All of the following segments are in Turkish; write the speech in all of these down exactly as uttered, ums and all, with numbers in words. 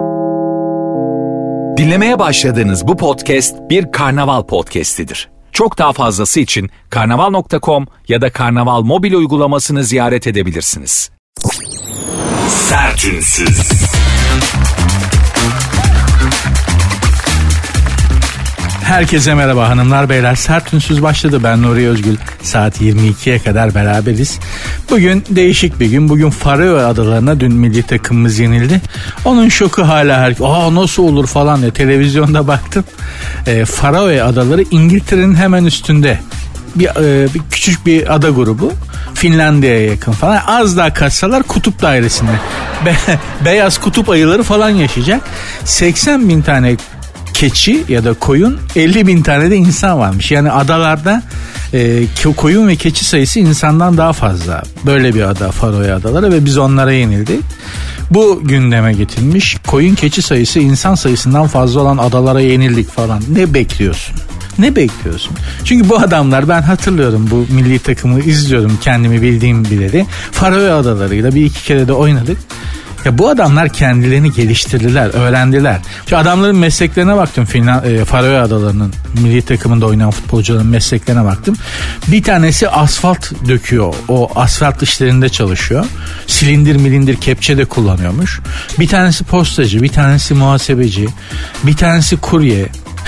Dinlemeye başladığınız bu podcast bir karnaval podcastidir. Çok daha fazlası için karnaval nokta com ya da karnaval mobil uygulamasını ziyaret edebilirsiniz. Sertünsüz. Herkese merhaba hanımlar beyler. Sertünsüz başladı. Ben Nuri Özgül. Saat yirmi ikiye kadar beraberiz. Bugün değişik bir gün. Bugün Faroe Adalarına dün milli takımımız yenildi. Onun şoku hala her... Aa nasıl olur falan diye televizyonda baktım. E, Faroe Adaları İngiltere'nin hemen üstünde. Bir, e, bir küçük bir ada grubu. Finlandiya'ya yakın falan. Az daha kaçsalar kutup dairesinde. Be, beyaz kutup ayıları falan yaşayacak. seksen bin tane keçi ya da koyun, elli bin tane de insan varmış. Yani adalarda e, koyun ve keçi sayısı insandan daha fazla. Böyle bir ada Faroe Adaları ve biz onlara yenildik. Bu gündeme getirilmiş. Koyun keçi sayısı insan sayısından fazla olan adalara yenildik falan. Ne bekliyorsun? Ne bekliyorsun? Çünkü bu adamlar, ben hatırlıyorum bu milli takımı izliyorum kendimi bildiğim bileli. Faroe Adaları'yla bir iki kere de oynadık. Ya bu adamlar kendilerini geliştirdiler, öğrendiler. Şu adamların mesleklerine baktım. Finland, e, Faroe Adaları'nın milli takımında oynayan futbolcuların mesleklerine baktım. Bir tanesi asfalt döküyor. O asfalt işlerinde çalışıyor. Silindir milindir kepçe de kullanıyormuş. Bir tanesi postacı, bir tanesi muhasebeci, bir tanesi kurye.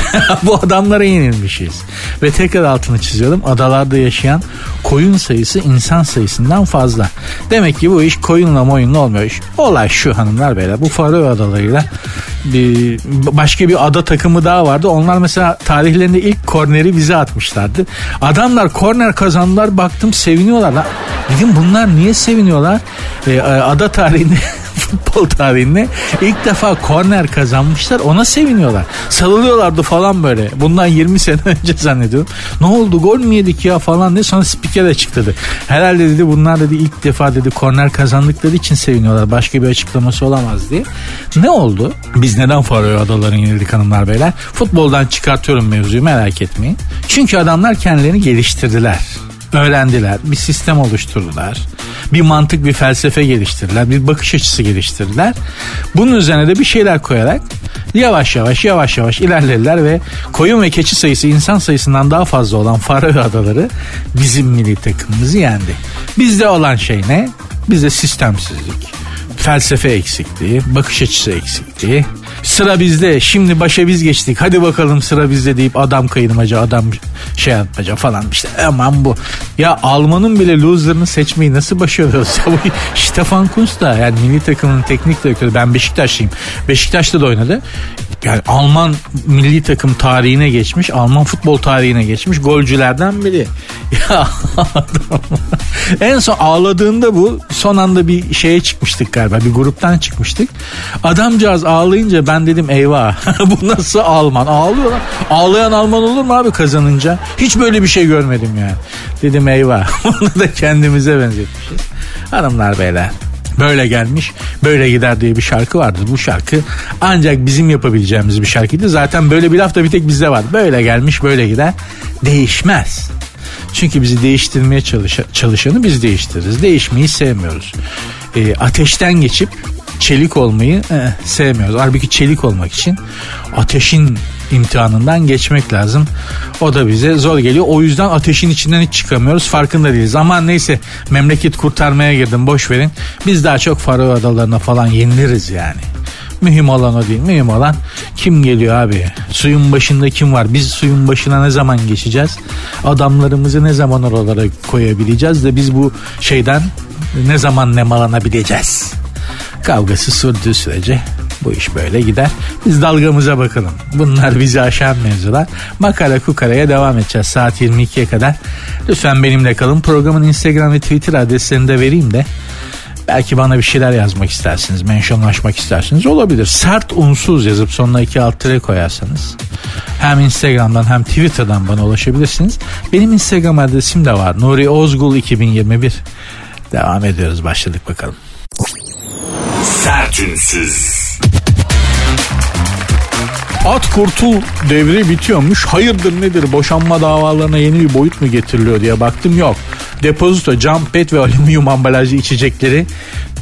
Bu adamlara yenilmişiz. Ve tekrar altını çiziyorum. Adalarda yaşayan koyun sayısı insan sayısından fazla. Demek ki bu iş koyunla moyunla olmuyor. Olay şu hanımlar beyler. Bu Faroe Adaları'yla bir, başka bir ada takımı daha vardı. Onlar mesela tarihlerinde ilk korneri bize atmışlardı. Adamlar korner kazandılar. Baktım seviniyorlar. Lan. Dedim bunlar niye seviniyorlar? Ee, ada tarihinde futbol tarihinde ilk defa korner kazanmışlar, ona seviniyorlar. Sarılıyorlardı falan böyle. Bundan yirmi sene önce zannediyorum. Ne oldu, gol mü yedik ya falan diye, sonra spiker açıkladı. Herhalde dedi bunlar dedi ilk defa dedi korner kazandıkları için seviniyorlar. Başka bir açıklaması olamaz diye. Ne oldu? Biz neden Faroe Adaları'na yenildik hanımlar beyler? Futboldan çıkartıyorum mevzuyu, merak etmeyin. Çünkü adamlar kendilerini geliştirdiler. Öğrendiler, bir sistem oluşturdular, bir mantık, bir felsefe geliştirdiler, bir bakış açısı geliştirdiler. Bunun üzerine de bir şeyler koyarak yavaş yavaş yavaş yavaş ilerlediler ve koyun ve keçi sayısı insan sayısından daha fazla olan Faroe Adaları bizim milli takımımızı yendi. Bizde olan şey ne? Bizde sistemsizlik, felsefe eksikliği, bakış açısı eksikliği. Sıra bizde, şimdi başa biz geçtik, hadi bakalım sıra bizde deyip adam kayırmaca, adam şey yapmaca falan işte, aman bu. Ya Alman'ın bile loser'ını seçmeyi nasıl başarıyoruz? Stefan Kuntz da, yani milli takımın teknik direktörü, ben Beşiktaşlıyım. Beşiktaş'ta da oynadı. Yani Alman milli takım tarihine geçmiş, Alman futbol tarihine geçmiş golcülerden biri. Ya adam. En son ağladığında bu, son anda bir şeye çıkmıştık galiba, bir gruptan çıkmıştık. Adamcağız ağlayınca ben dedim eyvah, bu nasıl Alman? Ağlıyor lan. Ağlayan Alman olur mu abi kazanınca? Hiç böyle bir şey görmedim yani. Dedim eyvah, bunu da kendimize benzetmişiz. Hanımlar beyler, böyle gelmiş böyle gider diye bir şarkı vardı. Bu şarkı ancak bizim yapabileceğimiz bir şarkıydı. Zaten böyle bir laf da bir tek bizde var. Böyle gelmiş böyle gider, değişmez. Çünkü bizi değiştirmeye çalışa, çalışanı biz değiştiririz. Değişmeyi sevmiyoruz. E, ateşten geçip çelik olmayı e, sevmiyoruz. Halbuki çelik olmak için ateşin imtihanından geçmek lazım. O da bize zor geliyor. O yüzden ateşin içinden hiç çıkamıyoruz. Farkında değiliz. Aman neyse, memleket kurtarmaya girdim, boş verin. Biz daha çok Faroe Adalarına falan yeniliriz yani. Mühim olan o değil. Mühim olan kim geliyor abi? Suyun başında kim var? Biz suyun başına ne zaman geçeceğiz? Adamlarımızı ne zaman oralara koyabileceğiz de biz bu şeyden ne zaman nemalanabileceğiz? Kavgası sürdüğü sürece bu iş böyle gider. Biz dalgamıza bakalım. Bunlar bizi aşan mevzular. Makara kukaraya devam edeceğiz saat yirmi ikiye kadar. Lütfen benimle kalın. Programın Instagram ve Twitter adreslerini de vereyim de belki bana bir şeyler yazmak istersiniz, mentionlaşmak istersiniz, olabilir. Sert unsuz yazıp sonuna iki alt tire koyarsanız hem Instagram'dan hem Twitter'dan bana ulaşabilirsiniz. Benim Instagram adresim de var, Nuri Ozgul iki bin yirmi bir. Devam ediyoruz, başladık bakalım. Sertünsüz. At kurtul devri bitiyormuş. Hayırdır nedir, boşanma davalarına yeni bir boyut mu getiriliyor diye baktım, yok. Depozito, cam, pet ve alüminyum ambalajlı içecekleri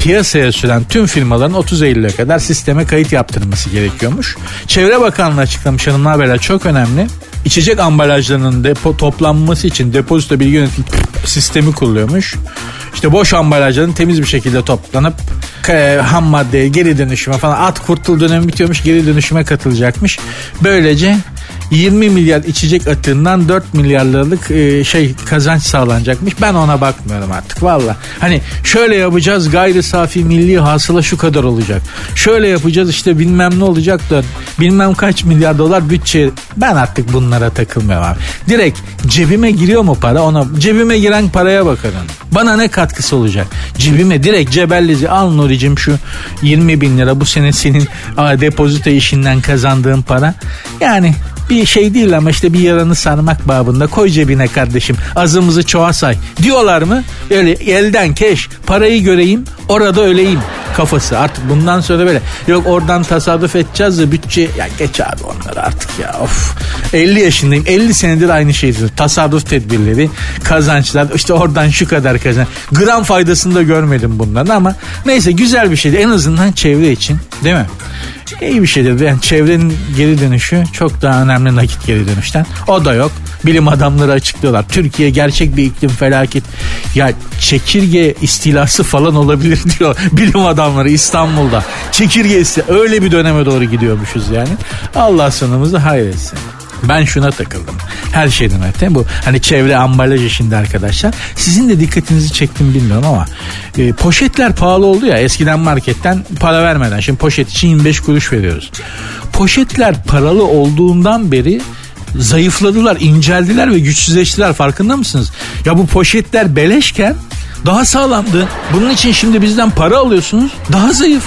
piyasaya süren tüm firmaların otuz Eylül'e kadar sisteme kayıt yaptırması gerekiyormuş. Çevre Bakanlığı açıklamış hanımlar beyler, çok önemli. İçecek ambalajlarının depo, toplanması için depozito bilgi yönetim sistemi kuruluyormuş. İşte boş ambalajların temiz bir şekilde toplanıp e, ham maddeye geri dönüşüme falan, at kurtul dönemi bitiyormuş, geri dönüşüme katılacakmış. Böylece yirmi milyar içecek atığından dört milyar liralık e, şey kazanç sağlanacakmış. Ben ona bakmıyorum artık valla. Hani şöyle yapacağız, gayri safi milli hasıla şu kadar olacak. Şöyle yapacağız işte bilmem ne olacak da bilmem kaç milyar dolar bütçe. Ben artık bunlara takılmıyorum abi. Direkt cebime giriyor mu para, ona cebime giren paraya bakarım. Bana ne katkısı olacak? Cebime direkt cebellizi al Nuri'cim, şu yirmi bin lira bu sene senin a, depozito işinden kazandığın para. Yani bir şey değil ama işte bir yaranı sarmak babında, koy cebine kardeşim, azımızı çoğa say diyorlar mı? Öyle elden keş, parayı göreyim orada öleyim kafası. Artık bundan sonra böyle yok oradan tasarruf edeceğiz de bütçe, ya geç abi onları artık ya, of. elli yaşındayım, elli senedir aynı şeydir. Tasarruf tedbirleri, kazançlar, işte oradan şu kadar kazanç, gram faydasını da görmedim bundan ama neyse, güzel bir şeydi en azından çevre için, değil mi? İyi bir şeydir. Yani çevrenin geri dönüşü çok daha önemli nakit geri dönüşten. O da yok. Bilim adamları açıklıyorlar. Türkiye gerçek bir iklim felaket. Ya çekirge istilası falan olabilir diyor bilim adamları İstanbul'da. Çekirge istilası. Öyle bir döneme doğru gidiyormuşuz yani. Allah sonumuzu hayretsin. Ben şuna takıldım. Her şeyden öte bu hani çevre ambalaj işinde arkadaşlar. Sizin de dikkatinizi çektim bilmiyorum ama e, poşetler pahalı oldu ya. Eskiden marketten para vermeden, şimdi poşet için yirmi beş kuruş veriyoruz. Poşetler paralı olduğundan beri zayıfladılar, inceldiler ve güçsüzleştiler, farkında mısınız? Ya bu poşetler beleşken daha sağlamdı. Bunun için şimdi bizden para alıyorsunuz, daha zayıf.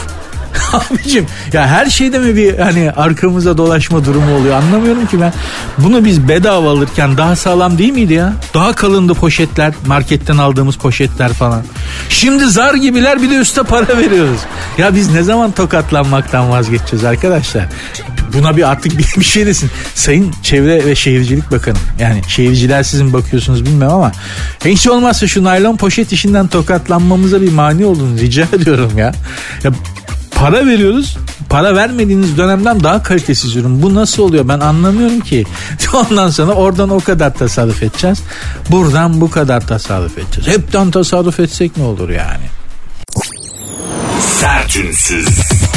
Abicim ya her şeyde mi bir hani arkamıza dolaşma durumu oluyor, anlamıyorum ki ben. Bunu biz bedava alırken daha sağlam değil miydi ya? Daha kalındı poşetler, marketten aldığımız poşetler falan. Şimdi zar gibiler, bir de üste para veriyoruz. Ya biz ne zaman tokatlanmaktan vazgeçeceğiz arkadaşlar? Buna bir artık bir, bir şey desin. Sayın Çevre ve Şehircilik Bakanı. Yani şehirciler sizin bakıyorsunuz bilmiyorum ama hiç olmazsa şu naylon poşet işinden tokatlanmamıza bir mani olun rica ediyorum ya. Ya para veriyoruz. Para vermediğiniz dönemden daha kalitesiz ürün. Bu nasıl oluyor ben anlamıyorum ki. Ondan sonra oradan o kadar tasarruf edeceğiz. Buradan bu kadar tasarruf edeceğiz. Hepten tasarruf etsek ne olur yani? Sertünsüz.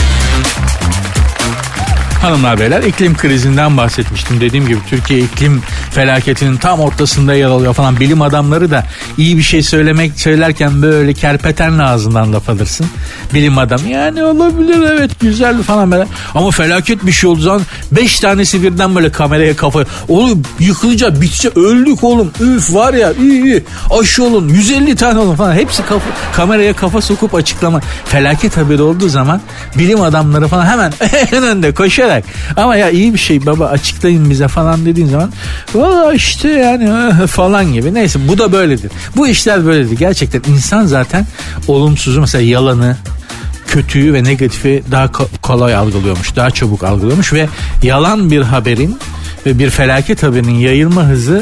Hanımlar beyler, iklim krizinden bahsetmiştim. Dediğim gibi Türkiye iklim felaketinin tam ortasında yer alıyor falan. Bilim adamları da iyi bir şey söylemek söylerken böyle kerpetenle ağzından laf alırsın. Bilim adam yani olabilir evet güzel falan böyle. Ama felaket bir şey olduğu zaman beş tanesi birden böyle kameraya kafa. Oğlum yıkılacak, bitecek, öldük oğlum. Üf var ya iyi iyi aşı olun, yüz elli tane olun falan. Hepsi kafa, kameraya kafa sokup açıklama. Felaket haberi olduğu zaman bilim adamları falan hemen en önde koşarak. Ama ya iyi bir şey baba açıklayın bize falan dediğin zaman valla işte yani falan gibi. Neyse bu da böyledir. Bu işler böyledir. Gerçekten insan zaten olumsuzu, mesela yalanı, kötüyü ve negatifi daha kolay algılıyormuş. Daha çabuk algılıyormuş ve yalan bir haberin ve bir felaket haberinin yayılma hızı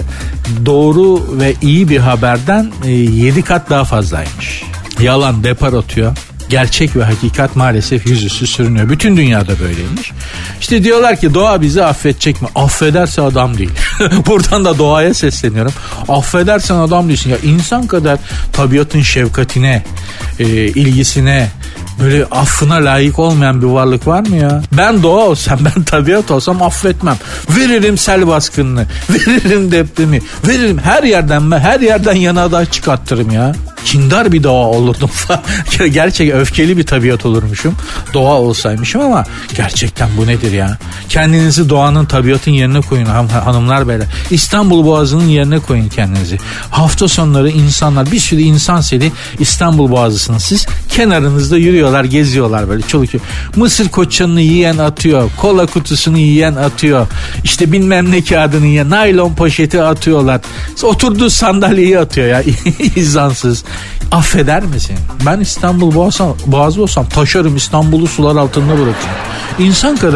doğru ve iyi bir haberden yedi kat daha fazlaymış. Yalan depar atıyor. Gerçek ve hakikat maalesef yüzüstü sürünüyor. Bütün dünyada böyleymiş. İşte diyorlar ki doğa bizi affedecek mi? Affederse adam değil. Buradan da doğaya sesleniyorum. Affedersen adam değilsin. Ya insan kadar tabiatın şefkatine, e, ilgisine, böyle affına layık olmayan bir varlık var mı ya? Ben doğa olsam, ben tabiat olsam affetmem. Veririm sel baskınını, veririm depremi, veririm her yerden ben her yerden yanardağ çıkarttırım ya. Kindar bir doğa olurdum falan. Gerçek öfkeli bir tabiat olurmuşum. Doğa olsaymışım ama gerçekten bu nedir ya? Kendinizi doğanın, tabiatın yerine koyun hanımlar beyler. İstanbul Boğazı'nın yerine koyun kendinizi. Hafta sonları insanlar, bir sürü insan seli İstanbul Boğazı'sınız siz. Kenarınızda yürüyorlar, geziyorlar böyle çoluk. Mısır koçanını yiyen atıyor. Kola kutusunu yiyen atıyor. İşte bilmem ne kağıdını yiyen. Naylon poşeti atıyorlar. Oturduğu sandalyeyi atıyor ya. İzansız. Affeder misin? Ben İstanbul Boğazı, Boğazı olsam taşarım, İstanbul'u sular altında bırakırım. İnsan kadar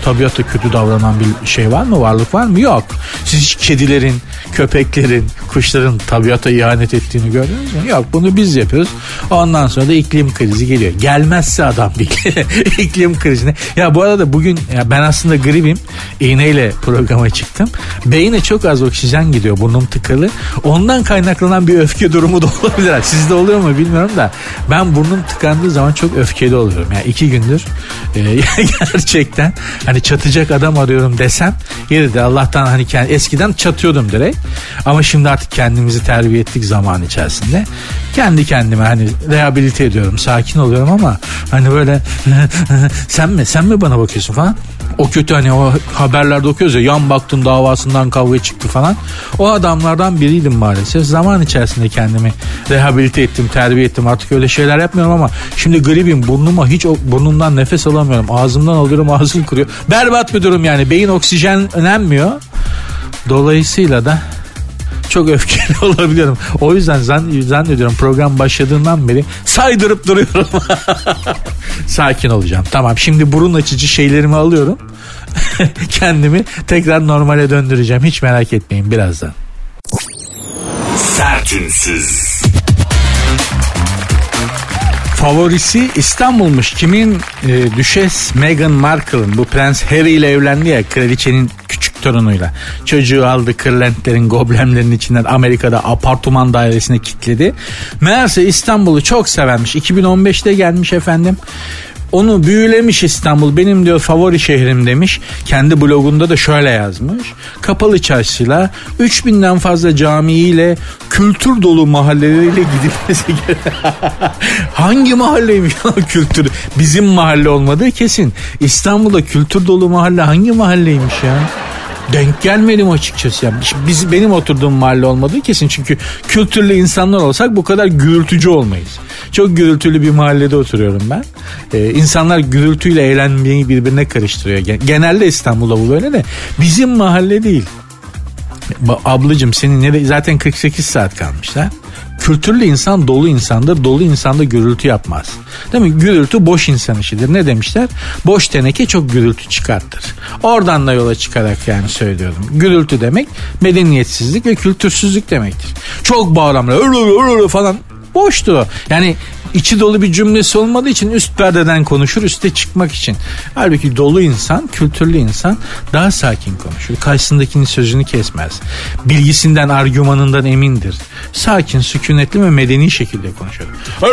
tabiata kötü davranan bir şey var mı? Varlık var mı? Yok. Siz hiç kedilerin, köpeklerin, kuşların tabiata ihanet ettiğini gördünüz mü? Yok. Bunu biz yapıyoruz. Ondan sonra da iklim krizi geliyor. Gelmezse adam değil. İklim krizine. Ya bu arada bugün ya ben aslında gripim. İğneyle programa çıktım. Beyine çok az oksijen gidiyor. Burnum tıkalı. Ondan kaynaklanan bir öfke durumu da olabilir. Sizde oluyor mu bilmiyorum da ben burnum tıkandığı zaman çok öfkeli oluyorum. Yani iki gündür e, gerçekten hani çatacak adam arıyorum desem yeri de Allah'tan hani kendi, eskiden çatıyordum direkt. Ama şimdi artık kendimizi terbiye ettik zaman içerisinde. Kendi kendime hani rehabilite ediyorum. Sakin oluyorum ama hani böyle sen mi sen mi bana bakıyorsun falan. O kötü hani o haberlerde okuyoruz ya, yan baktım davasından kavga çıktı falan. O adamlardan biriydim maalesef. Zaman içerisinde kendimi rehabilite ettim, terbiye ettim. Artık öyle şeyler yapmıyorum ama şimdi gripim, burnuma hiç burnumdan nefes alamıyorum. Ağzımdan alıyorum, ağzım kuruyor. Berbat bir durum yani. Beyin oksijenlenmiyor. Dolayısıyla da çok öfkeli olabiliyorum. O yüzden zannediyorum program başladığından beri saydırıp duruyorum. Sakin olacağım. Tamam, şimdi burun açıcı şeylerimi alıyorum. Kendimi tekrar normale döndüreceğim. Hiç merak etmeyin birazdan. Sertünsüz. Favorisi İstanbul'muş. Kimin? E, Düşes Meghan Markle'ın. Bu Prens Harry ile evlendi ya, kraliçenin küçük torunuyla. Çocuğu aldı, kırlentlerin, goblemlerin içinden Amerika'da apartman dairesine kilitledi. Meğerse İstanbul'u çok sevenmiş. iki bin on beşte gelmiş efendim. Onu büyülemiş İstanbul. Benim diyor favori şehrim demiş. Kendi blogunda da şöyle yazmış. Kapalı çarşıyla, üç binden fazla camiyle, kültür dolu mahalleleriyle gidilmesi gerekiyor. Hangi mahalleymiş o kültür? Bizim mahalle olmadığı kesin. İstanbul'da kültür dolu mahalle hangi mahalleymiş ya? Denk gelmedim açıkçası. Yani biz, benim oturduğum mahalle olmadığı kesin. Çünkü kültürlü insanlar olsak bu kadar gürültücü olmayız. Çok gürültülü bir mahallede oturuyorum ben. Ee, insanlar gürültüyle eğlenmeyi birbirine karıştırıyor. Genelde İstanbul'da bu böyle de. Bizim mahalle değil. Ablacığım senin nereye? Zaten kırk sekiz saat kalmışlar. Kültürlü insan dolu insandır. Dolu insan da gürültü yapmaz. Değil mi? Gürültü boş insan işidir. Ne demişler? Boş teneke çok gürültü çıkartır. Oradan da yola çıkarak yani söylüyorum. Gürültü demek medeniyetsizlik ve kültürsüzlük demektir. Çok bağıramlar falan boştur o. Yani içi dolu bir cümlesi olmadığı için üst perdeden konuşur, üste çıkmak için. Halbuki dolu insan, kültürlü insan daha sakin konuşur. Karşısındakinin sözünü kesmez. Bilgisinden, argümanından emindir. Sakin, sükunetli ve medeni şekilde konuşur.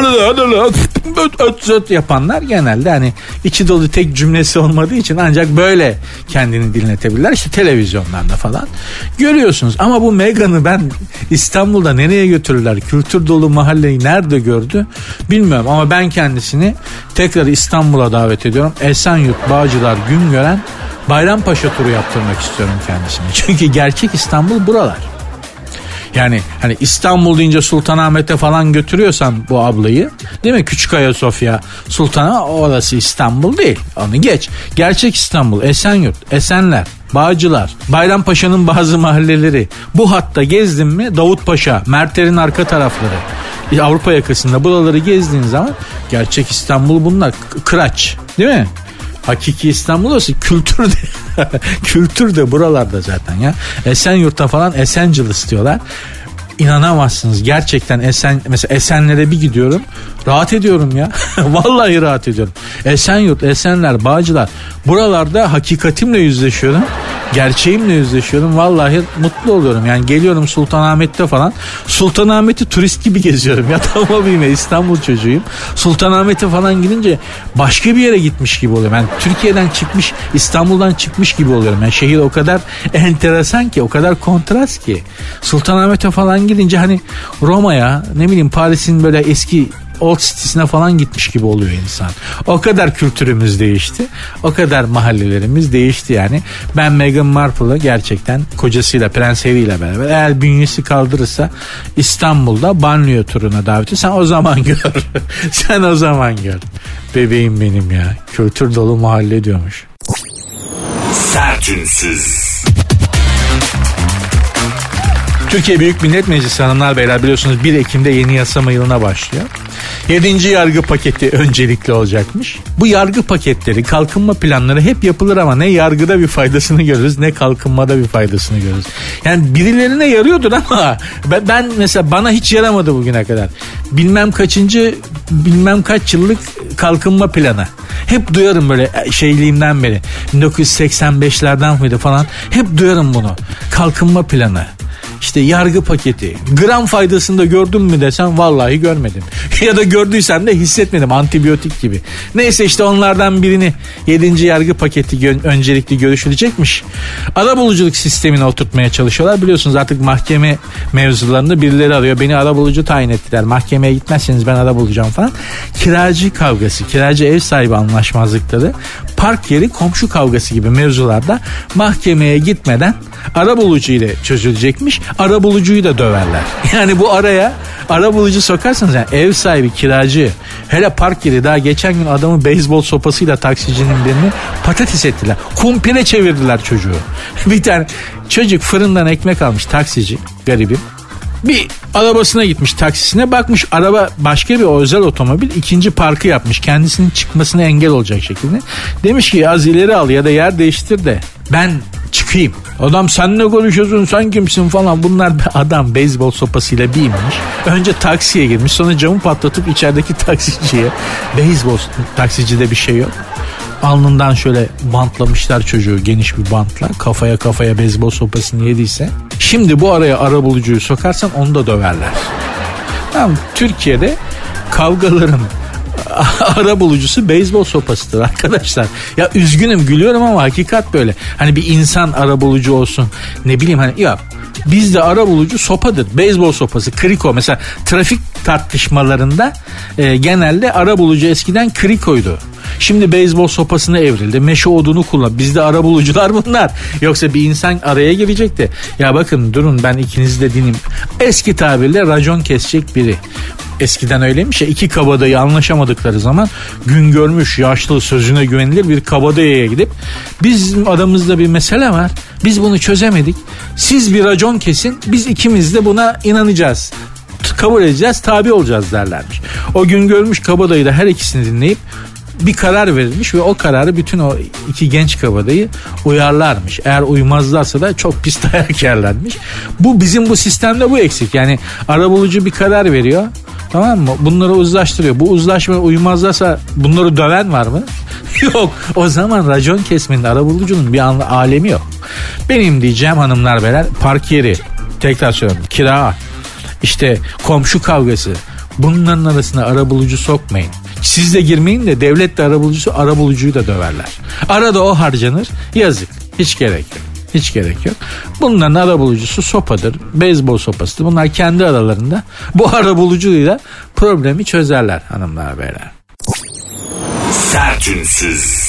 Öt öt yapanlar genelde hani içi dolu tek cümlesi olmadığı için ancak böyle kendini dinletebilirler. İşte televizyonlarda falan görüyorsunuz. Ama bu Meghan'ı ben İstanbul'da nereye götürürler? Kültür dolu mahalleyi nerede gördü? Bilmiyorum ama ben kendisini tekrar İstanbul'a davet ediyorum. Esenyurt, Bağcılar, Güngören, Bayrampaşa turu yaptırmak istiyorum kendisine. Çünkü gerçek İstanbul buralar. Yani hani İstanbul deyince Sultanahmet'e falan götürüyorsan bu ablayı, değil mi? Küçük Ayasofya, Sultan'a, orası İstanbul değil. Onu geç. Gerçek İstanbul, Esenyurt, Esenler, Bağcılar, Bayrampaşa'nın bazı mahalleleri. Bu hatta gezdin mi Davutpaşa, Merter'in arka tarafları, Avrupa yakasında buraları gezdiğin zaman gerçek İstanbul bunlar. Kıraç, değil mi? Hakiki İstanbul olsa kültür de kültür de buralarda zaten ya. Esenyurt'ta falan Esenciles diyorlar. İnanamazsınız gerçekten. Esen, mesela Esenler'e bir gidiyorum, rahat ediyorum ya. Vallahi rahat ediyorum. Esenyurt, Esenler, Bağcılar, buralarda hakikatimle yüzleşiyorum. Gerçeğimle yüzleşiyorum. Vallahi mutlu oluyorum. Yani geliyorum Sultanahmet'te falan. Sultanahmet'i turist gibi geziyorum. Ya tamam mıyım, İstanbul çocuğuyum. Sultanahmet'e falan gidince başka bir yere gitmiş gibi oluyorum. Yani Türkiye'den çıkmış, İstanbul'dan çıkmış gibi oluyorum. Yani şehir o kadar enteresan ki, o kadar kontrast ki. Sultanahmet'e falan gidince hani Roma'ya, ne bileyim Paris'in böyle eski Old City'sine falan gitmiş gibi oluyor insan. O kadar kültürümüz değişti. O kadar mahallelerimiz değişti yani. Ben Meghan Markle'ı gerçekten kocasıyla, Prens Harry ile beraber, eğer bünyesi kaldırırsa İstanbul'da banliyö turuna davet et. Sen o zaman gör. Sen o zaman gör. Bebeğim benim ya. Kültür dolu mahalle diyormuş. Sertünsüz. Türkiye Büyük Millet Meclisi hanımlar beyler biliyorsunuz bir Ekim'de yeni yasama yılına başlıyor. Yedinci yargı paketi öncelikli olacakmış. Bu yargı paketleri, kalkınma planları hep yapılır ama ne yargıda bir faydasını görürüz ne kalkınmada bir faydasını görürüz. Yani birilerine yarıyordur ama ben, ben mesela bana hiç yaramadı bugüne kadar. Bilmem kaçıncı, bilmem kaç yıllık kalkınma planı. Hep duyarım böyle şeyliğimden beri. bin dokuz yüz seksen beşlerden mıydı falan. Hep duyarım bunu. Kalkınma planı. İşte yargı paketi. Gram faydasını da gördüm mü desem vallahi görmedim. Ya da gördüysem de hissetmedim, antibiyotik gibi. Neyse işte onlardan birini yedinci yargı paketi gö- öncelikli görüşülecekmiş. Arabuluculuk sistemine oturtmaya çalışıyorlar. Biliyorsunuz artık mahkeme mevzularında birileri arıyor. Beni arabulucu tayin ettiler. Mahkemeye gitmezseniz ben arabulacağım falan. Kiracı kavgası, kiracı ev sahibi anlaşmazlıkları, park yeri komşu kavgası gibi mevzularda mahkemeye gitmeden arabulucu ile çözülecekmiş. Arabulucuyu da döverler. Yani bu araya arabulucu sokarsanız yani ev sahibi, kiracı, hele park yeri, daha geçen gün adamı beyzbol sopasıyla taksicinin birini patates ettiler. Kumpire çevirdiler çocuğu. Bir tane çocuk fırından ekmek almış, taksici garibim. Bir arabasına gitmiş, taksisine bakmış, araba başka bir özel otomobil, ikinci parkı yapmış, kendisinin çıkmasına engel olacak şekilde. Demiş ki az ileri al ya da yer değiştir de ben çıkayım. Adam sen ne konuşuyorsun, sen kimsin falan. Bunlar adam beyzbol sopasıyla bir inmiş. Önce taksiye girmiş, sonra camı patlatıp içerideki taksiciye, beyzbol taksicide bir şey yok, alnından şöyle bantlamışlar çocuğu, geniş bir bantla, kafaya kafaya beyzbol sopasını yediyse. Şimdi bu araya arabulucuyu sokarsan onu da döverler. Tamam, Türkiye'de kavgaların arabulucusu beyzbol sopasıdır arkadaşlar. Ya üzgünüm, gülüyorum ama hakikat böyle. Hani bir insan arabulucu olsun, ne bileyim hani ya bizde arabulucu sopadır. Beyzbol sopası, kriko. Mesela trafik tartışmalarında e, genelde arabulucu eskiden krikoydu. Şimdi beyzbol sopasına evrildi. Meşe odunu kullan. Bizde arabulucular bunlar. Yoksa bir insan araya girecekti. Ya bakın durun, ben ikinizi de dinleyeyim. Eski tabirle racon kesecek biri. Eskiden öyleymiş ya, iki kabadayı anlaşamadıkları zaman gün görmüş, yaşlı, sözüne güvenilir bir kabadayıya gidip bizim adamızda bir mesele var, biz bunu çözemedik, siz bir racon kesin, biz ikimiz de buna inanacağız, kabul edeceğiz, tabi olacağız derlermiş. O gün görmüş kabadayı da her ikisini dinleyip bir karar verilmiş ve o kararı bütün o iki genç kabadayı uyarlarmış. Eğer uymazlarsa da çok pis dayak yerlermiş. Bu bizim bu sistemde bu eksik. Yani arabulucu bir karar veriyor, tamam mı? Bunları uzlaştırıyor. Bu uzlaşmaya uymazlarsa bunları döven var mı? Yok. O zaman racon kesmenin, arabulucunun bir anla, alemi yok. Benim diyeceğim hanımlar beyler, park yeri, tekrar söylüyorum, kira, işte komşu kavgası, bunların arasına arabulucu sokmayın. Siz de girmeyin de devlet de arabulucusu, arabulucuyu da döverler. Arada o harcanır. Yazık. Hiç gerek yok. Hiç gerek yok. Bunların arabulucusu sopadır, beyzbol sopasıdır. Bunlar kendi aralarında bu arabulucuyla problemi çözerler hanımlar beyler. Sertünsüz.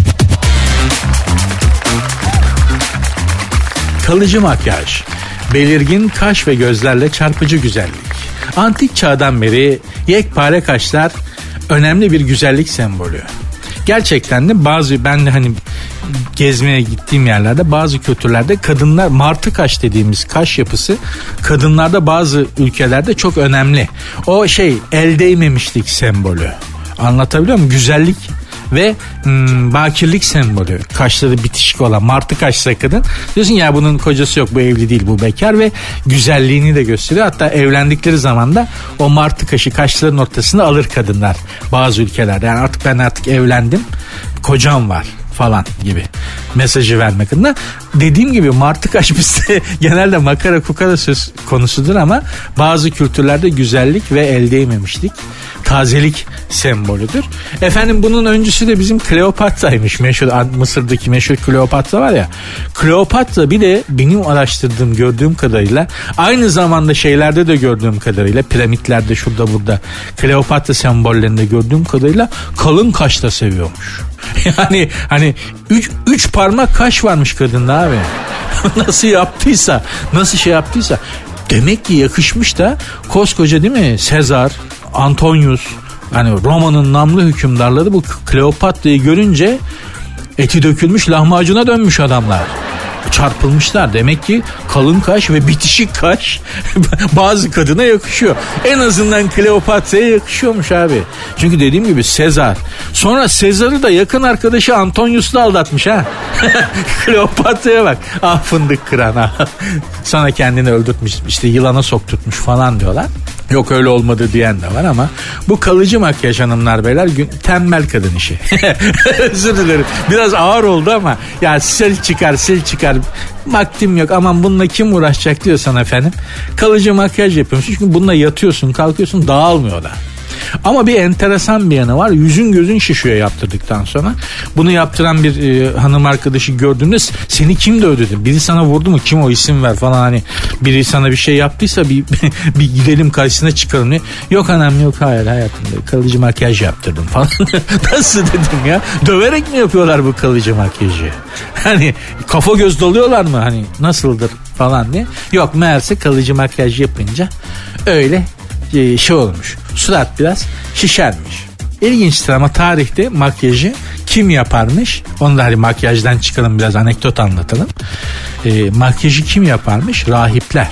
Kalıcı makyaj, belirgin kaş ve gözlerle çarpıcı güzellik. Antik çağdan beri yekpare kaşlar önemli bir güzellik sembolü. Gerçekten de bazı, ben de hani gezmeye gittiğim yerlerde bazı kültürlerde kadınlar, martı kaş dediğimiz kaş yapısı kadınlarda bazı ülkelerde çok önemli. O şey, el değmemişlik sembolü. Anlatabiliyor muyum? Güzellik ve hmm, bakirlik sembolü. Kaşları bitişik olan martı kaşlı kadın. Diyorsun ya bunun kocası yok, bu evli değil, bu bekar ve güzelliğini de gösteriyor. Hatta evlendikleri zaman da o martı kaşı kaşların ortasına alır kadınlar bazı ülkelerde. Yani artık ben artık evlendim, kocam var falan gibi mesajı vermek adına. Dediğim gibi martı kaş bizde genelde makara kukara söz konusudur ama bazı kültürlerde güzellik ve el değmemişlik, tazelik sembolüdür. Efendim bunun öncüsü de bizim Kleopatra'ymış. Meşhur Mısır'daki meşhur Kleopatra var ya. Kleopatra bir de benim araştırdığım, gördüğüm kadarıyla, aynı zamanda şeylerde de gördüğüm kadarıyla, piramitlerde şurada burada Kleopatra sembollerinde gördüğüm kadarıyla kalın kaş da seviyormuş. Yani hani üç, üç parmak kaş varmış kadında abi. Nasıl yaptıysa, nasıl şey yaptıysa. Demek ki yakışmış da koskoca değil mi? Sezar, Antonius, hani Roma'nın namlı hükümdarları bu Kleopatra'yı görünce eti dökülmüş lahmacuna dönmüş adamlar. çarpılmışlar. Demek ki kalın kaş ve bitişik kaş bazı kadına yakışıyor. En azından Kleopatra'ya yakışıyormuş abi. Çünkü dediğim gibi Sezar. Sonra Sezar'ı da yakın arkadaşı Antonius'la aldatmış ha. Kleopatra'ya bak. Ah fındık kıran ha. Sonra kendini öldürtmüş. İşte yılana sokturtmuş falan diyorlar. Yok öyle olmadı diyen de var ama bu kalıcı makyaj hanımlar beyler gün, tembel kadın işi. Özür dilerim. Biraz ağır oldu ama ya sil çıkar sil çıkar vaktim yok aman bununla kim uğraşacak diyorsan efendim kalıcı makyaj yapıyorsun. Çünkü bununla yatıyorsun kalkıyorsun dağılmıyor da. Ama bir enteresan bir yanı var. Yüzün gözün şişiyor yaptırdıktan sonra. Bunu yaptıran bir e, hanım arkadaşı gördüğünde seni kim dövdü? Biri sana vurdu mu? Kim o isim ver falan hani. Biri sana bir şey yaptıysa bir, bir gidelim karşısına çıkalım. Ne? Yok anam yok hayır hayatımda kalıcı makyaj yaptırdım falan. Nasıl dedim ya? Döverek mi yapıyorlar bu kalıcı makyajı? Hani kafa göz doluyorlar mı? Hani nasıldır falan diye. Yok meğerse kalıcı makyaj yapınca öyle şey olmuş. Surat biraz şişermiş. İlginçtir ama tarihte makyajı kim yaparmış? Onu da hani makyajdan çıkalım biraz anekdot anlatalım. E, makyajı kim yaparmış? Rahipler.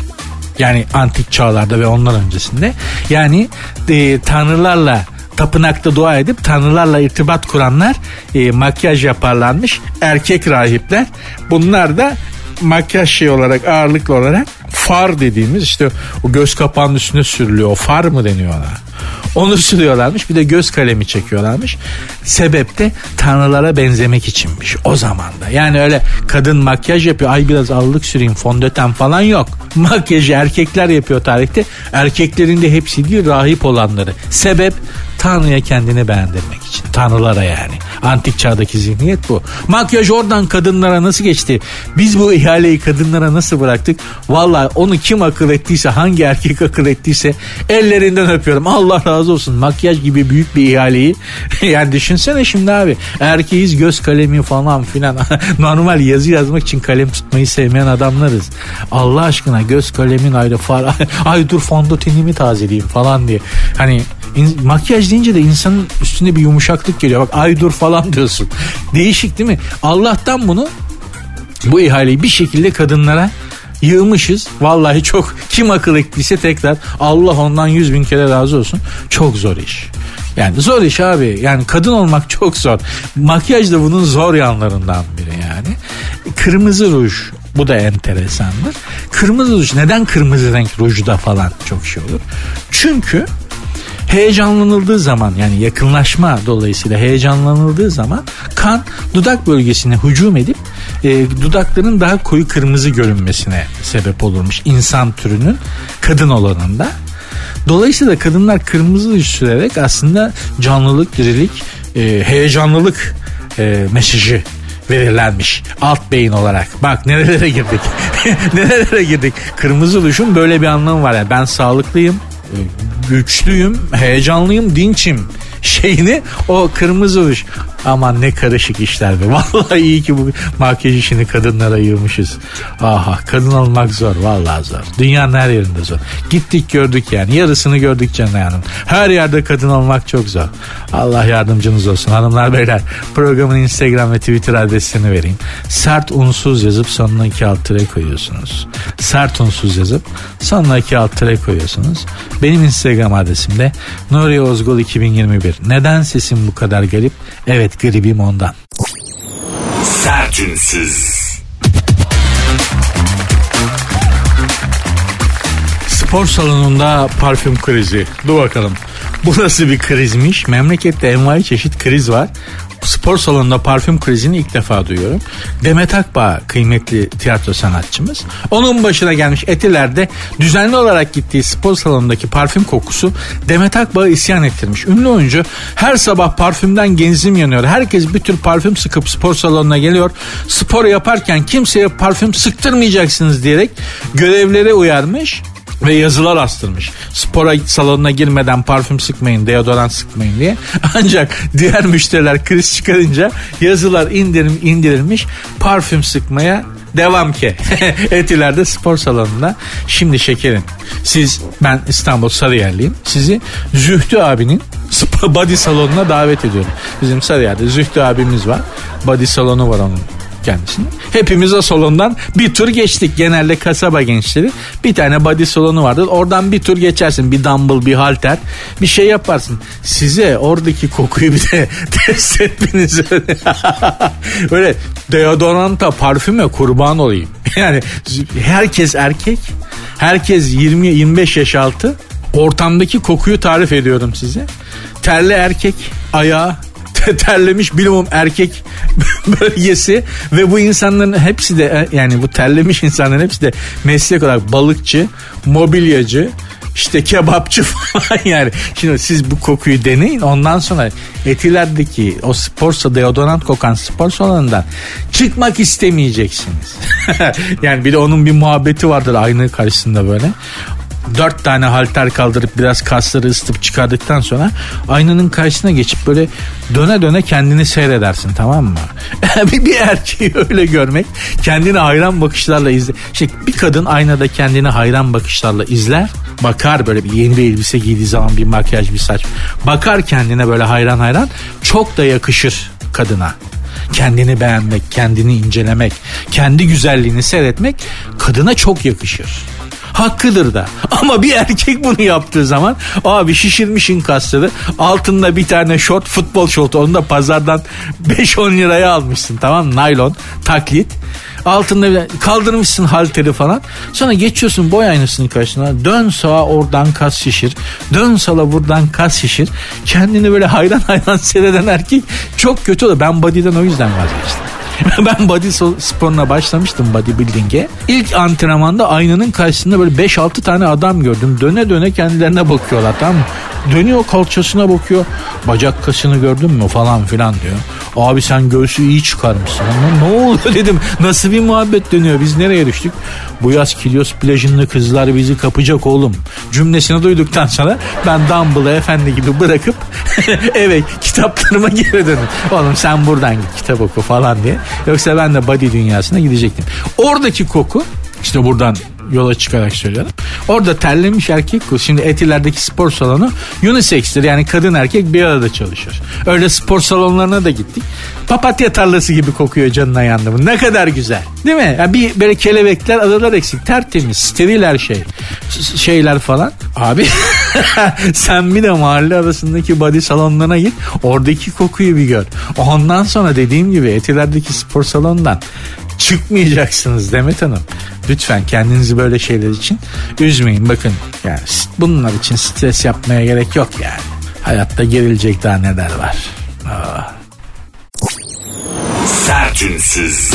Yani antik çağlarda ve ondan öncesinde. Yani e, tanrılarla tapınakta dua edip tanrılarla irtibat kuranlar e, makyaj yaparlarmış. Erkek rahipler. Bunlar da makyaj şey olarak ağırlıklı olarak far dediğimiz işte o göz kapağının üstüne sürülüyor. O far mı deniyor ona? Onu sürüyorlarmış. Bir de göz kalemi çekiyorlarmış. Sebep de tanrılara benzemek içinmiş o zamanda. Yani öyle kadın makyaj yapıyor. Ay biraz allık süreyim fondöten falan yok. Makyajı erkekler yapıyor tarihte. Erkeklerin de hepsi değil rahip olanları. Sebep Tanrı'ya kendini beğendirmek için. Tanrılara yani. Antik çağdaki zihniyet bu. Makyaj oradan kadınlara nasıl geçti? Biz bu ihaleyi kadınlara nasıl bıraktık? Vallahi onu kim akıl ettiyse, hangi erkek akıl ettiyse ellerinden öpüyorum. Allah razı olsun. Makyaj gibi büyük bir ihaleyi yani düşünsene şimdi abi. Erkeğiz göz kalemi falan filan. Normal yazı yazmak için kalem tutmayı sevmeyen adamlarız. Allah aşkına göz kalemin ayrı far. Ay dur fondötenimi tazeleyeyim falan diye. Hani İn, makyaj deyince de insanın üstünde bir yumuşaklık geliyor. Bak ay dur falan diyorsun. Değişik değil mi? Allah'tan bunu bu ihaleyi bir şekilde kadınlara yığmışız. Vallahi çok kim akıl ettiyse tekrar Allah ondan yüz bin kere razı olsun. Çok zor iş. Yani zor iş abi. Yani kadın olmak çok zor. Makyaj da bunun zor yanlarından biri yani. Kırmızı ruj. Bu da enteresandır. Kırmızı ruj. Neden kırmızı renk rujda falan çok şey olur? Çünkü heyecanlanıldığı zaman yani yakınlaşma dolayısıyla heyecanlanıldığı zaman kan dudak bölgesine hücum edip e, dudakların daha koyu kırmızı görünmesine sebep olurmuş insan türünün kadın olanında. Dolayısıyla kadınlar kırmızı ruj sürerek aslında canlılık, dirilik, e, heyecanlılık e, mesajı verirlermiş alt beyin olarak. Bak nerelere girdik. nerelere girdik. Kırmızı rujun böyle bir anlamı var. Yani ben sağlıklıyım, güçlüyüm, heyecanlıyım, dinçim şeyini o kırmızı ruj. Aman ne karışık işler be. Vallahi iyi ki bu makyaj işini kadınlara ayırmışız. Aha kadın olmak zor. Vallahi zor. Dünyanın her yerinde zor. Gittik gördük yani. Yarısını gördük Canay Hanım. Her yerde kadın olmak çok zor. Allah yardımcınız olsun. Hanımlar beyler programın Instagram ve Twitter adresini vereyim. Sert unsuz yazıp sonuna iki alt tire koyuyorsunuz. Sert unsuz yazıp sonuna iki alt tire koyuyorsunuz. Benim Instagram adresim de Nuri Ozgul iki bin yirmi bir. Neden sesim bu kadar garip? Evet gribim ondan. Sertünsüz. Spor salonunda parfüm krizi. Dur bakalım. Bu nasıl bir krizmiş? Memlekette envai çeşit kriz var. Spor salonunda parfüm krizini ilk defa duyuyorum. Demet Akbağ kıymetli tiyatro sanatçımız. Onun başına gelmiş Etiler'de düzenli olarak gittiği spor salonundaki parfüm kokusu Demet Akbağ'ı isyan ettirmiş. Ünlü oyuncu her sabah parfümden genzim yanıyor. Herkes bir tür parfüm sıkıp spor salonuna geliyor. Spor yaparken kimseye parfüm sıktırmayacaksınız diyerek görevlere uyarmış. Ve yazılar astırmış. Spora salonuna girmeden parfüm sıkmayın, deodorant sıkmayın diye. Ancak diğer müşteriler kriz çıkarınca yazılar indirim, indirilmiş. Parfüm sıkmaya devam ki. Etiler'de spor salonunda. Şimdi şekerim siz, ben İstanbul Sarıyerliyim. Sizi Zühtü abinin body salonuna davet ediyorum. Bizim Sarıyer'de Zühtü abimiz var. Body salonu var onun. kendisini. Hepimiz o salondan bir tur geçtik. Genelde kasaba gençleri bir tane body salonu vardır. Oradan bir tur geçersin. Bir dumbbell, bir halter, bir şey yaparsın. Size oradaki kokuyu bir de test etmeniz öyle. Böyle deodoranta, parfüme kurban olayım. Yani herkes erkek. Herkes yirmi yirmi beş yaş altı. Ortamdaki kokuyu tarif ediyorum size. Terli erkek ayağı, terlemiş bilumum erkek bölgesi ve bu insanların hepsi de, yani bu terlemiş insanların hepsi de meslek olarak balıkçı, mobilyacı, işte kebapçı falan yani. Şimdi siz bu kokuyu deneyin, ondan sonra Etiler'deki o spor deodorant kokan spor salonundan çıkmak istemeyeceksiniz. Yani bir de onun bir muhabbeti vardır ayna karşısında böyle. Dört tane halter kaldırıp biraz kasları ısıtıp çıkardıktan sonra aynanın karşısına geçip böyle döne döne kendini seyredersin, tamam mı? bir, bir erkeği öyle görmek, kendini hayran bakışlarla izle. İşte bir kadın aynada kendini hayran bakışlarla izler, bakar böyle bir yeni bir elbise giydiği zaman, bir makyaj, bir saç, bakar kendine böyle hayran hayran, çok da yakışır kadına. Kendini beğenmek, kendini incelemek, kendi güzelliğini seyretmek kadına çok yakışır. Hakkıdır da. Ama bir erkek bunu yaptığı zaman abi şişirmişin kasları, altında bir tane şort, futbol şortu, onu da pazardan beş on liraya almışsın, tamam mı? Naylon, taklit. Altında bir kaldırmışsın halteri falan. Sonra geçiyorsun boy aynasının karşısına. Dön sağa, oradan kas şişir. Dön sola, buradan kas şişir. Kendini böyle hayran hayran seyreden erkek çok kötü olur. Ben body'den o yüzden vazgeçtim. Ben body sporuna başlamıştım, bodybuilding'e. İlk antrenmanda aynanın karşısında böyle beş altı tane adam gördüm. Döne döne kendilerine bakıyorlar, tamam mı? Dönüyor, kalçasına bakıyor. Bacak kasını gördün mü falan filan diyor. Abi sen göğsü iyi çıkarmışsın. Ama ne oluyor dedim. Nasıl bir muhabbet dönüyor? Biz nereye düştük? Bu yaz Kilyos plajında kızlar bizi kapacak oğlum cümlesini duyduktan sonra ben dumbbell'ı efendi gibi bırakıp eve kitaplarıma geri döndüm. Oğlum sen buradan git kitap oku falan diye. Yoksa ben de body dünyasına gidecektim. Oradaki koku, işte buradan yola çıkarak söylüyorum. Orada terlemiş erkek, şimdi Etiler'deki spor salonu unisex'tir, yani kadın erkek bir arada çalışır. Öyle spor salonlarına da gittik. Papatya tarlası gibi kokuyor, canına yandım. Ne kadar güzel, değil mi? Yani bir böyle kelebekler, adalar eksik, tertemiz, steril her şey. Şeyler falan. Abi sen bir de mahalle arasındaki body salonlarına git. Oradaki kokuyu bir gör. Ondan sonra dediğim gibi Etiler'deki spor salonundan çıkmayacaksınız Demet Hanım. Lütfen kendinizi böyle şeyler için üzmeyin. Bakın yani bunlar için stres yapmaya gerek yok yani. Hayatta gerilecek daha neler var. Aa. Sertünsüz.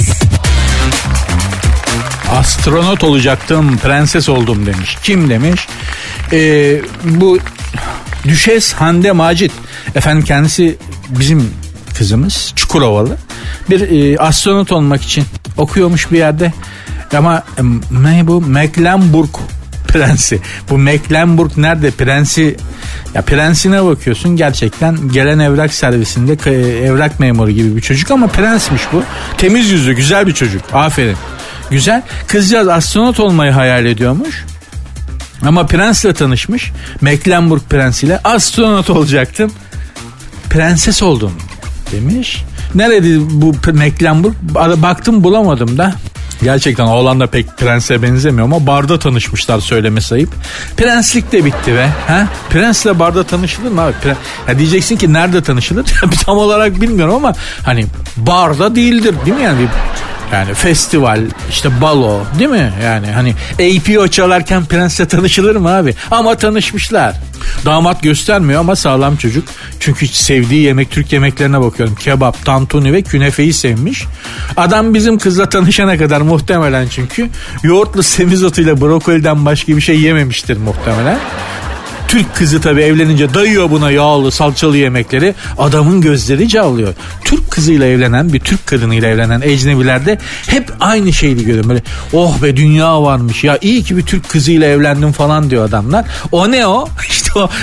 Astronot olacaktım, prenses oldum demiş. Kim demiş? Ee, bu Düşes Hande Macit. Efendim kendisi bizim kızımız, Çukurovalı. Bir e, astronot olmak için okuyormuş bir yerde. Ama ne bu? Mecklenburg prensi. Bu Mecklenburg nerede? Prensi, ya prensine bakıyorsun, gerçekten gelen evrak servisinde evrak memuru gibi bir çocuk ama prensmiş bu. Temiz yüzlü, güzel bir çocuk. Aferin. Güzel. Kızcağız astronot olmayı hayal ediyormuş. Ama prensle tanışmış. Mecklenburg prensiyle astronot olacaktım. Prenses oldum demiş. Nerede bu Mecklenburg? Baktım bulamadım da. Gerçekten oğlan da pek prense benzemiyor ama barda tanışmışlar, söylemesi ayıp. Prenslik de bitti be. Ha? Prensle barda tanışılır mı abi? Pre- ya diyeceksin ki nerede tanışılır? Tam olarak bilmiyorum ama hani barda değildir, değil mi yani? Yani festival, işte balo, değil mi? Yani hani A P O çalarken prensle tanışılır mı abi? Ama tanışmışlar. Damat göstermiyor ama sağlam çocuk. Çünkü sevdiği yemek, Türk yemeklerine bakıyorum. Kebap, tantuni ve künefeyi sevmiş. Adam bizim kızla tanışana kadar muhtemelen çünkü yoğurtlu semizotuyla brokoliden başka bir şey yememiştir muhtemelen. Türk kızı tabii evlenince dayıyor buna yağlı salçalı yemekleri. Adamın gözleri cavlıyor. Türk kızıyla evlenen, bir Türk kadınıyla evlenen ecnebilerde hep aynı şeyi görüyorum. Böyle oh be dünya varmış ya, iyi ki bir Türk kızıyla evlendim falan diyor adamlar. O ne o? İşte o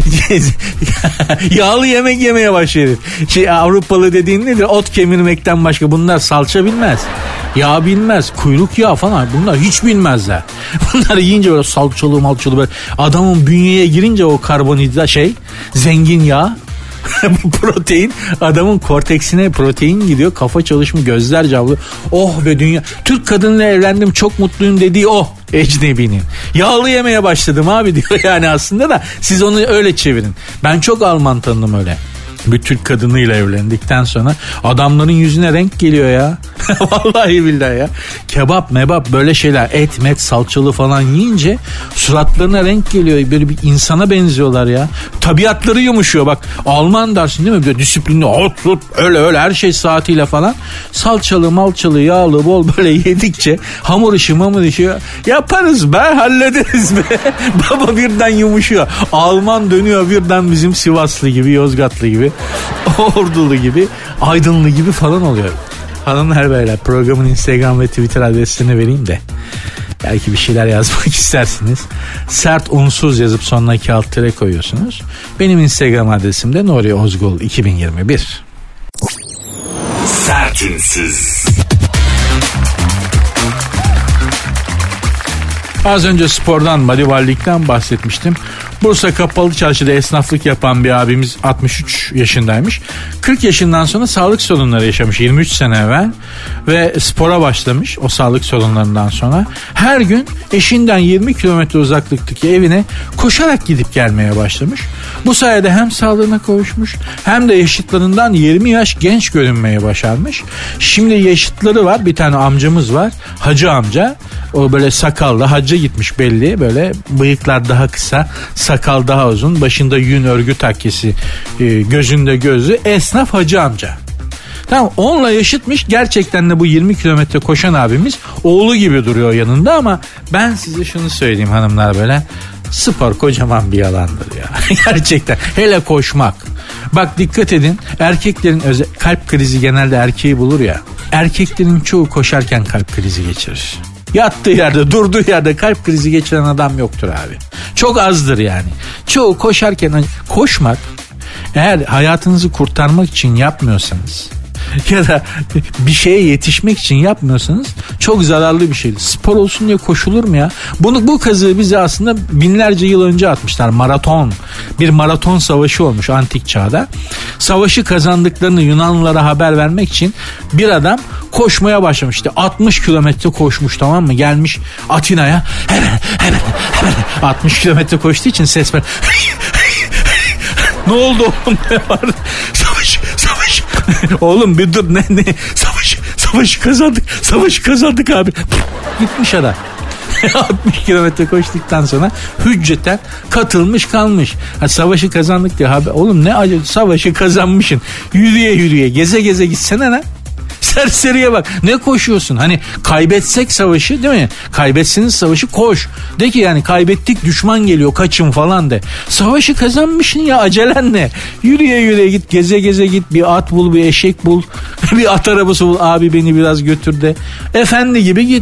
yağlı yemek yemeye başlıyor. Şey, Avrupalı dediğin nedir? Ot kemirmekten başka bunlar salça bilmez. Yağ bilmez. Kuyruk yağı falan bunlar hiç bilmezler. Bunları yiyince böyle salçalı malçalı böyle adamın bünyeye girince o karbonhidrat şey, zengin yağ, Bu protein adamın korteksine protein gidiyor. Kafa çalışmıyor, gözler canlı. Oh be dünya. Türk kadınla evlendim, çok mutluyum dediği o. Ecnebinin. Yağlı yemeye başladım abi diyor yani aslında da siz onu öyle çevirin. Ben çok Alman tanıdım öyle. Bir Türk kadınıyla evlendikten sonra adamların yüzüne renk geliyor ya. Vallahi billahi ya. Kebap mebap böyle şeyler, et met salçalı falan yiyince suratlarına renk geliyor. Böyle bir insana benziyorlar ya. Tabiatları yumuşuyor bak. Alman dersin değil mi? Böyle disiplinli hot hot öyle öyle her şey saatiyle falan. Salçalı malçalı yağlı bol böyle yedikçe hamur işi mamur işi yaparız be, hallederiz be. Baba birden yumuşuyor. Alman dönüyor birden bizim Sivaslı gibi, Yozgatlı gibi, Ordulu gibi, Aydınlı gibi falan oluyor. Hanımlar beyler, programın Instagram ve Twitter adresini vereyim de belki bir şeyler yazmak istersiniz. Sert unsuz yazıp sonuna iki alt tere koyuyorsunuz. Benim Instagram adresim de Nuri Ozgul iki bin yirmi bir. Sert unsuz. Az önce spordan, bodybuilding'den bahsetmiştim. Bursa Kapalı Çarşı'da esnaflık yapan bir abimiz altmış üç yaşındaymış. kırk yaşından sonra sağlık sorunları yaşamış yirmi üç sene evvel ve spora başlamış o sağlık sorunlarından sonra. Her gün eşinden yirmi kilometre uzaklıktaki evine koşarak gidip gelmeye başlamış. Bu sayede hem sağlığına kavuşmuş hem de yaşıtlarından yirmi yaş genç görünmeye başarmış. Şimdi yaşıtları var, bir tane amcamız var, hacı amca. O böyle sakallı, hacca gitmiş belli, böyle bıyıklar daha kısa, sakal daha uzun, başında yün örgü takkesi, gözünde gözü, esnaf hacı amca. Tamam, onunla yaşıtmış. Gerçekten de bu yirmi kilometre koşan abimiz oğlu gibi duruyor yanında ama ben size şunu söyleyeyim hanımlar böyle. Spor kocaman bir yalandır ya. Gerçekten. Hele koşmak. Bak dikkat edin, erkeklerin özel, kalp krizi genelde erkeği bulur ya. Erkeklerin çoğu koşarken kalp krizi geçirir. Yattığı yerde, durduğu yerde kalp krizi geçiren adam yoktur abi. Çok azdır yani. Çoğu koşarken, koşmak eğer hayatınızı kurtarmak için yapmıyorsanız ya da bir şeye yetişmek için yapmıyorsanız çok zararlı bir şeydir. Spor olsun diye koşulur mu ya? Bunu, bu kazığı bize aslında binlerce yıl önce atmışlar. Maraton. Bir maraton savaşı olmuş antik çağda. Savaşı kazandıklarını Yunanlılara haber vermek için bir adam koşmaya başlamıştı. altmış kilometre koşmuş, tamam mı? Gelmiş Atina'ya. Hemen hemen hemen altmış kilometre koştuğu için ses ver. Ne oldu oğlum, ne var? Savaş, savaş. Oğlum bir dur, ne ne? Savaş, savaşı kazandık, savaşı kazandık abi. Gitmiş adam. altmış kilometre koştuktan sonra hücceten katılmış kalmış. Ha, savaşı kazandık diye abi. Oğlum ne acı, savaşı kazanmışsın. Yürüye yürüye, geze geze gitsene lan. Serseriye bak, ne koşuyorsun? Hani kaybetsek savaşı, değil mi? Kaybetseniz savaşı, koş. De ki yani kaybettik, düşman geliyor, kaçın falan de. Savaşı kazanmışsın ya, acelen ne? Yürüye yürüye git, geze geze git, bir at bul, bir eşek bul, bir at arabası bul, abi beni biraz götür de. Efendi gibi git.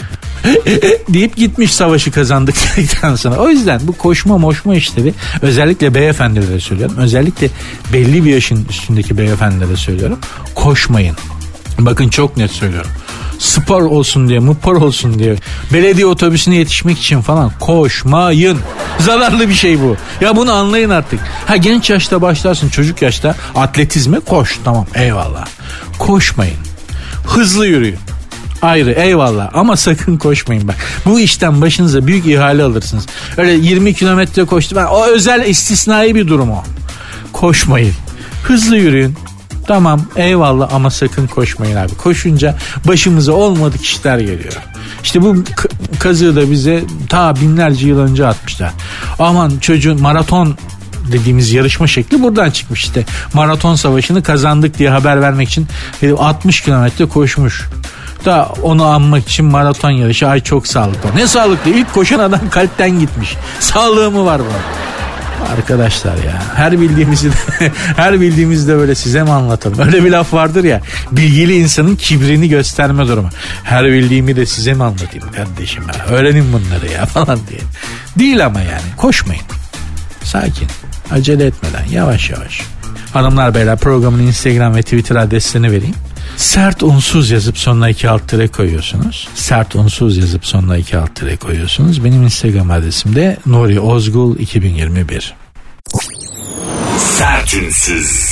deyip gitmiş savaşı kazandık dedikten sonra. O yüzden bu koşma moşma işleri, özellikle beyefendilere söylüyorum. Özellikle belli bir yaşın üstündeki beyefendilere söylüyorum. Koşmayın. Bakın çok net söylüyorum. Spor olsun diye, mupor olsun diye, belediye otobüsüne yetişmek için falan koşmayın. Zararlı bir şey bu. Ya bunu anlayın artık. Ha, genç yaşta başlarsın, çocuk yaşta atletizme koş, tamam, eyvallah. Koşmayın. Hızlı yürüyün. Ayrı, eyvallah, ama sakın koşmayın bak. Bu işten başınıza büyük ihale alırsınız. Öyle yirmi kilometre koştu. Ben, o özel istisnai bir durum o. Koşmayın. Hızlı yürüyün. Tamam, eyvallah, ama sakın koşmayın abi. Koşunca başımıza olmadık işler geliyor. İşte bu k- kazığı da bize ta binlerce yıl önce atmışlar. Aman çocuğun maraton dediğimiz yarışma şekli buradan çıkmış işte. Maraton savaşını kazandık diye haber vermek için altmış kilometre koşmuş. Da onu anmak için maraton yarışı, ay çok sağlıklı. Ne sağlıklı? İlk koşan adam kalpten gitmiş. Sağlığı mı var bu? Arkadaşlar ya, her bildiğimizi de, her bildiğimizde böyle size mi anlatalım? Öyle bir laf vardır ya, bilgili insanın kibrini gösterme durumu. Her bildiğimi de size mi anlatayım kardeşim ya? Öğrenin bunları ya falan diye. Değil ama yani, koşmayın. Sakin, acele etmeden, yavaş yavaş. Hanımlar beyler, programın Instagram ve Twitter adreslerini vereyim. Sert unsuz yazıp sonuna iki alt tere koyuyorsunuz. Sert unsuz yazıp sonuna iki alt tere koyuyorsunuz. Benim Instagram adresim de Nuri Ozgul iki bin yirmi bir. Sertünsüz.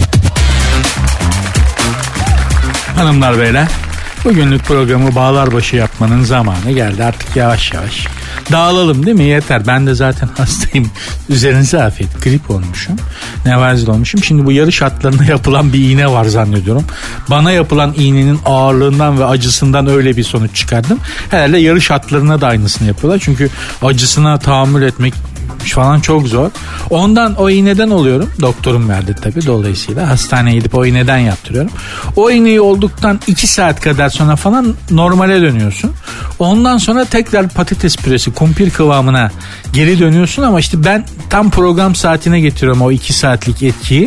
Hanımlar beyler, bugünlük programı Bağlarbaşı yapmanın zamanı geldi. Artık yavaş yavaş dağılalım, değil mi? Yeter. Ben de zaten hastayım. Üzerinize afiyet. Grip olmuşum. Nevazil olmuşum. Şimdi bu yarış atlarına yapılan bir iğne var zannediyorum. Bana yapılan iğnenin ağırlığından ve acısından öyle bir sonuç çıkardım. Herhalde yarış atlarına da aynısını yapıyorlar. Çünkü acısına tahammül etmek falan çok zor. Ondan, o iğneden oluyorum. Doktorum verdi tabii. Dolayısıyla hastaneye gidip o iğneden yaptırıyorum. O iğneyi olduktan iki saat kadar sonra falan normale dönüyorsun. Ondan sonra tekrar patates püresi, kumpir kıvamına geri dönüyorsun ama işte ben tam program saatine getiriyorum o iki saatlik etkiyi.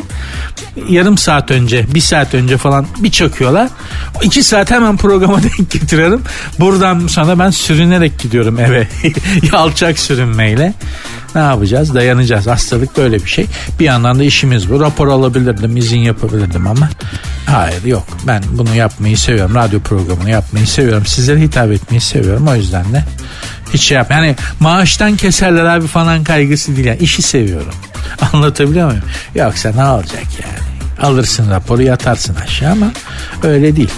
Yarım saat önce, bir saat önce falan bir çakıyorlar. O iki saat hemen programa denk getiriyorum. Buradan sonra ben sürünerek gidiyorum eve. Alçak sürünmeyle. Ne yapacağız? Dayanacağız. Hastalık böyle bir şey. Bir yandan da işimiz bu. Rapor alabilirdim, izin yapabilirdim ama hayır, yok. Ben bunu yapmayı seviyorum. Radyo programını yapmayı seviyorum. Sizlere hitap etmeyi seviyorum. O yüzden de hiç şey yap. Yani maaştan keserler abi falan kaygısı değil. Yani işi seviyorum. Anlatabiliyor muyum? Yoksa ne olacak yani? Alırsın raporu, yatarsın aşağı ama öyle değil.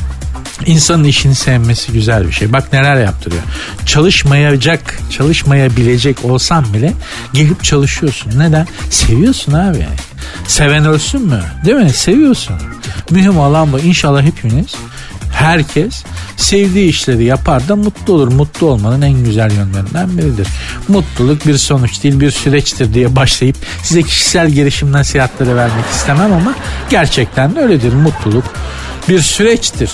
İnsanın işini sevmesi güzel bir şey. Bak neler yaptırıyor. Çalışmayacak, çalışmayabilecek olsan bile gelip çalışıyorsun. Neden? Seviyorsun abi. Seven ölsün mü? Değil mi? Seviyorsun. Mühim olan bu. İnşallah hepiniz, herkes sevdiği işleri yapar da mutlu olur. Mutlu olmanın en güzel yönlerinden biridir. Mutluluk bir sonuç değil, bir süreçtir diye başlayıp size kişisel gelişim nasihatleri vermek istemem ama gerçekten de öyledir. Mutluluk bir süreçtir.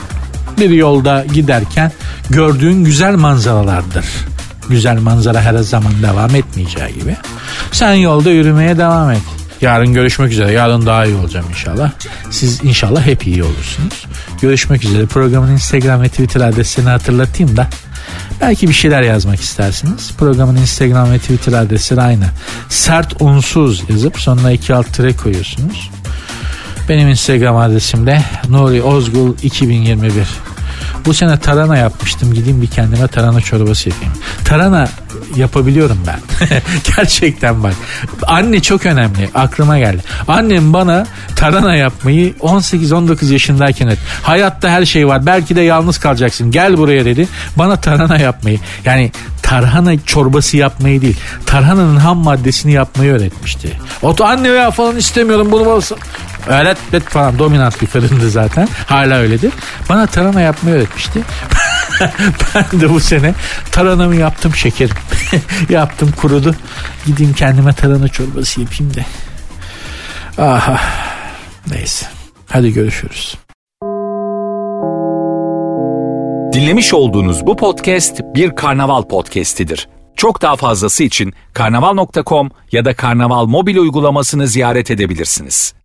Bir yolda giderken gördüğün güzel manzaralardır. Güzel manzara her zaman devam etmeyeceği gibi. Sen yolda yürümeye devam et. Yarın görüşmek üzere. Yarın daha iyi olacağım inşallah. Siz inşallah hep iyi olursunuz. Görüşmek üzere. Programın Instagram ve Twitter adresini hatırlatayım da belki bir şeyler yazmak istersiniz. Programın Instagram ve Twitter adresi aynı. Sert unsuz yazıp sonuna iki alt tire koyuyorsunuz. Benim Instagram adresim de Nuri Ozgul iki bin yirmi bir. Bu sene tarhana yapmıştım. Gideyim bir kendime tarhana çorbası yapayım. Tarhana yapabiliyorum ben. Gerçekten bak. Anne çok önemli. Aklıma geldi. Annem bana tarhana yapmayı on sekiz on dokuz yaşındayken öğretti. Hayatta her şey var. Belki de yalnız kalacaksın. Gel buraya dedi. Bana tarhana yapmayı. Yani tarhana çorbası yapmayı değil. Tarhananın ham maddesini yapmayı öğretmişti. O anne ya falan istemiyorum bunu olsun. Öğret falan, dominant bir kadındı zaten. Hala öyledir. Bana tarhana yapmayı öğretmişti. Ben de bu sene tarhanamı yaptım şekerim. Yaptım, kurudu. Gideyim kendime tarhana çorbası yapayım da. Aha. Neyse. Hadi görüşürüz. Dinlemiş olduğunuz bu podcast bir Karnaval podcastidir. Çok daha fazlası için karnaval nokta com ya da Karnaval mobil uygulamasını ziyaret edebilirsiniz.